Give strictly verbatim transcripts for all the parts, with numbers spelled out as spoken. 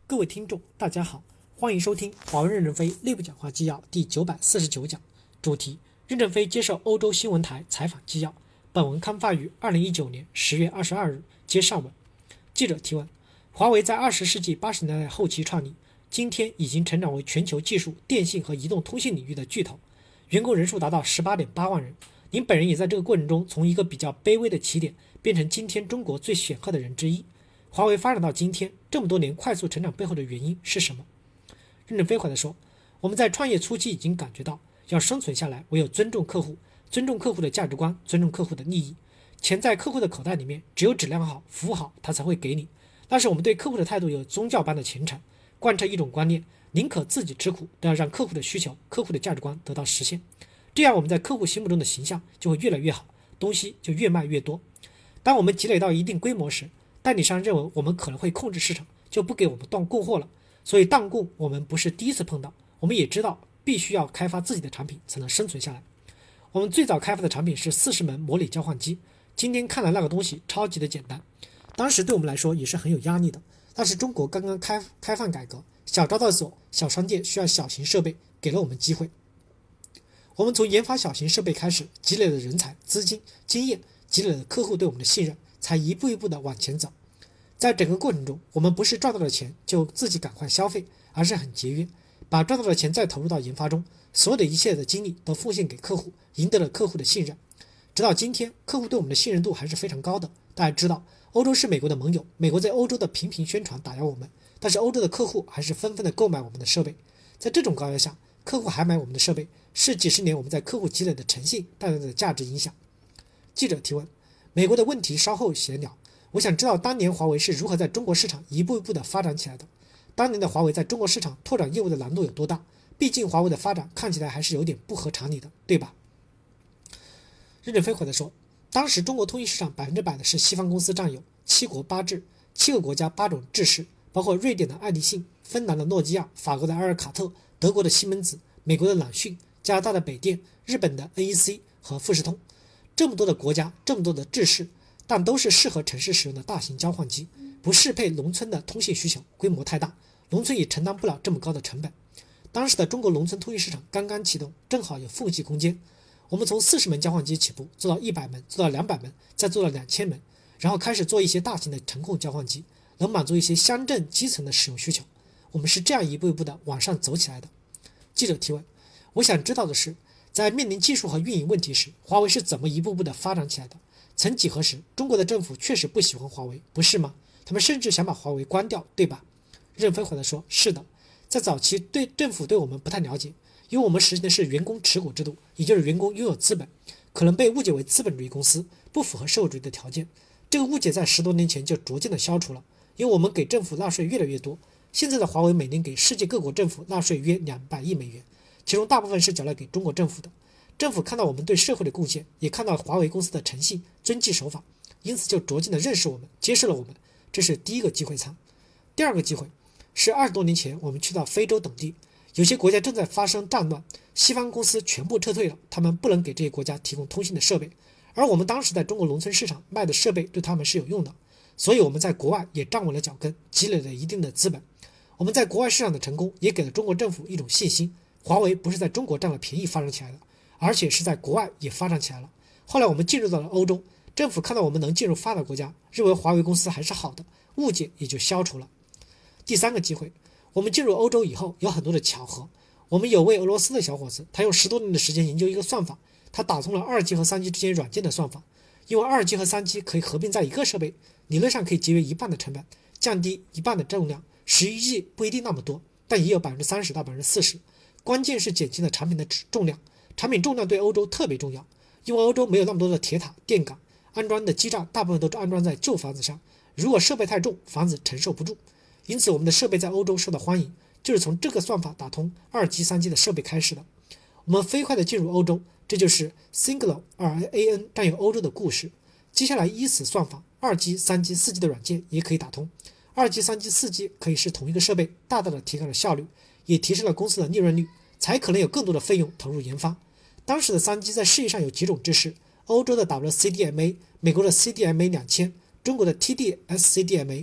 各位听众，大家好，欢迎收听华为任正非内部讲话纪要第九百四十九讲，主题：任正非接受欧洲新闻台采访纪要。本文刊发于二零一九年十月二十二日，接上文。记者提问：华为在二十世纪八十年代后期创立，今天已经成长为全球技术、电信和移动通信领域的巨头，员工人数达到十八点八万人。您本人也在这个过程中从一个比较卑微的起点，变成今天中国最显赫的人之一。华为发展到今天这么多年快速成长背后的原因是什么？任正非回答说：我们在创业初期已经感觉到，要生存下来，唯有尊重客户，尊重客户的价值观，尊重客户的利益。钱在客户的口袋里面，只有质量好、服务好，他才会给你。但是我们对客户的态度有宗教般的虔诚，贯彻一种观念：宁可自己吃苦，都要让客户的需求、客户的价值观得到实现。这样我们在客户心目中的形象就会越来越好，东西就越卖越多。当我们积累到一定规模时，代理商认为我们可能会控制市场，就不给我们断供货了。所以断供我们不是第一次碰到，我们也知道必须要开发自己的产品才能生存下来。我们最早开发的产品是四十门模拟交换机，今天看来那个东西超级的简单，当时对我们来说也是很有压力的。但是中国刚刚开开放改革，小招待所、小商店需要小型设备，给了我们机会。我们从研发小型设备开始，积累了人才、资金、经验，积累了客户对我们的信任，才一步一步的往前走。在整个过程中，我们不是赚到了钱就自己赶快消费，而是很节约，把赚到的钱再投入到研发中，所有的一切的精力都奉献给客户，赢得了客户的信任。直到今天，客户对我们的信任度还是非常高的。大家知道，欧洲是美国的盟友，美国在欧洲的频频宣传打压我们，但是欧洲的客户还是纷纷的购买我们的设备。在这种高压下，客户还买我们的设备，是几十年我们在客户积累的诚信带来的价值影响。记者提问：美国的问题稍后闲聊。我想知道当年华为是如何在中国市场一步一步的发展起来的？当年的华为在中国市场拓展业务的难度有多大？毕竟华为的发展看起来还是有点不合常理的，对吧？任正非回答说：当时中国通信市场百分之百的是西方公司占有，七国八制，七个国家八种制式，包括瑞典的爱立信、芬兰的诺基亚、法国的埃尔卡特、德国的西门子、美国的朗讯、加拿大的北电、日本的 N E C 和富士通，这么多的国家，这么多的制式，但都是适合城市使用的大型交换机，不适配农村的通信需求，规模太大，农村也承担不了这么高的成本。当时的中国农村通信市场刚刚启动，正好有缝隙空间。我们从四十门交换机起步，做到一百门，做到两百门，再做到两千门，然后开始做一些大型的程控交换机，能满足一些乡镇基层的使用需求。我们是这样一步一步的往上走起来的。记者提问：我想知道的是，在面临技术和运营问题时，华为是怎么一步步的发展起来的？曾几何时，中国的政府确实不喜欢华为，不是吗？他们甚至想把华为关掉，对吧？任飞回答说：是的，在早期对政府对我们不太了解，因为我们实行的是员工持股制度，也就是员工拥有资本，可能被误解为资本主义公司，不符合社会主义的条件。这个误解在十多年前就逐渐的消除了，因为我们给政府纳税越来越多。现在的华为每年给世界各国政府纳税约两百亿美元，其中大部分是缴纳给中国政府的。政府看到我们对社会的贡献，也看到华为公司的诚信、遵纪守法，因此就逐渐的认识我们，接受了我们。这是第一个机会仓。第二个机会是二十多年前我们去到非洲等地，有些国家正在发生战乱，西方公司全部撤退了，他们不能给这些国家提供通信的设备，而我们当时在中国农村市场卖的设备对他们是有用的，所以我们在国外也站稳了脚跟，积累了一定的资本。我们在国外市场的成功也给了中国政府一种信心，华为不是在中国占了便宜发展起来的，而且是在国外也发展起来了。后来我们进入到了欧洲，政府看到我们能进入发达国家，认为华为公司还是好的，误解也就消除了。第三个机会，我们进入欧洲以后有很多的巧合。我们有位俄罗斯的小伙子，他用十多年的时间研究一个算法，他打通了二 G 和三 G 之间软件的算法。因为二 G 和三 G 可以合并在一个设备，理论上可以节约一半的成本，降低一半的重量。十一 G 不一定那么多，但也有 百分之三十 到 百分之四十。 关键是减轻了产品的重量，产品重量对欧洲特别重要，因为欧洲没有那么多的铁塔、电杆，安装的基站大部分都是安装在旧房子上，如果设备太重，房子承受不住。因此我们的设备在欧洲受到欢迎，就是从这个算法打通二 G、三 G 的设备开始的。我们飞快地进入欧洲，这就是 Singular R A N 占有欧洲的故事。接下来依此算法，二 G、三 G、四 G 的软件也可以打通。二 G、三 G、四 G 可以是同一个设备，大大的提高了效率，也提升了公司的利润率，才可能有更多的费用投入研发。当时的 三 G 在世界上有几种制式，欧洲的 W C D M A， 美国的 C D M A 两千，中国的 T D S C D M A，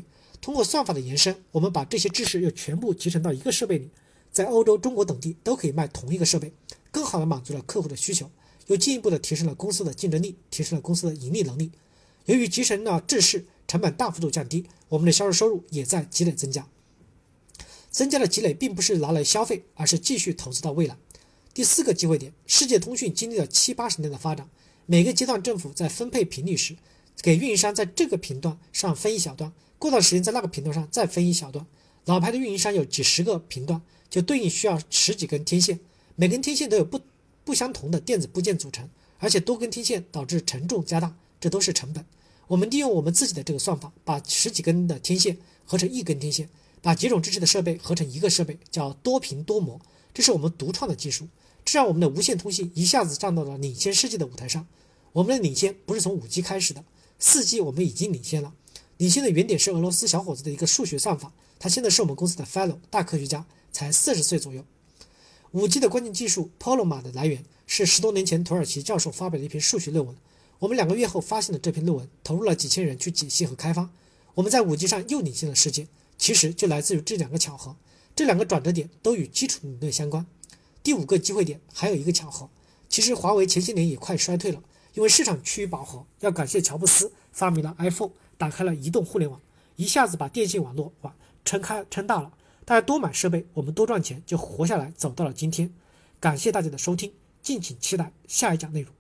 通过算法的延伸，我们把这些知识又全部集成到一个设备里，在欧洲、中国等地都可以卖同一个设备，更好地满足了客户的需求，又进一步地提升了公司的竞争力，提升了公司的盈利能力。由于集成了制式，成本大幅度降低，我们的销售收入也在积累增加。增加的积累并不是拿来消费，而是继续投资到未来。第四个机会点，世界通讯经历了七八十年的发展，每个阶段政府在分配频率时，给运营商在这个频段上分一小段，过段时间在那个频段上再分一小段。老牌的运营商有几十个频段，就对应需要十几根天线，每根天线都有不不相同的电子部件组成，而且多根天线导致承重加大，这都是成本。我们利用我们自己的这个算法，把十几根的天线合成一根天线，把几种支持的设备合成一个设备，叫多频多模，这是我们独创的技术，这让我们的无线通信一下子站到了领先世界的舞台上。我们的领先不是从 五 G 开始的， 四 G 我们已经领先了。领先的原点是俄罗斯小伙子的一个数学算法，他现在是我们公司的 fellow 大科学家，才四十岁左右。五 G 的关键技术 Polymer 的来源是十多年前土耳其教授发表的一篇数学论文，我们两个月后发现了这篇论文，投入了几千人去解析和开发，我们在 五 G 上又领先了世界，其实就来自于这两个巧合，这两个转折点都与基础理论相关。第五个机会点还有一个巧合，其实华为前些年也快衰退了，因为市场趋于饱和，要感谢乔布斯发明了 iPhone， 打开了移动互联网，一下子把电信网络网撑开撑大了，大家多买设备，我们多赚钱，就活下来，走到了今天。感谢大家的收听，敬请期待下一讲内容。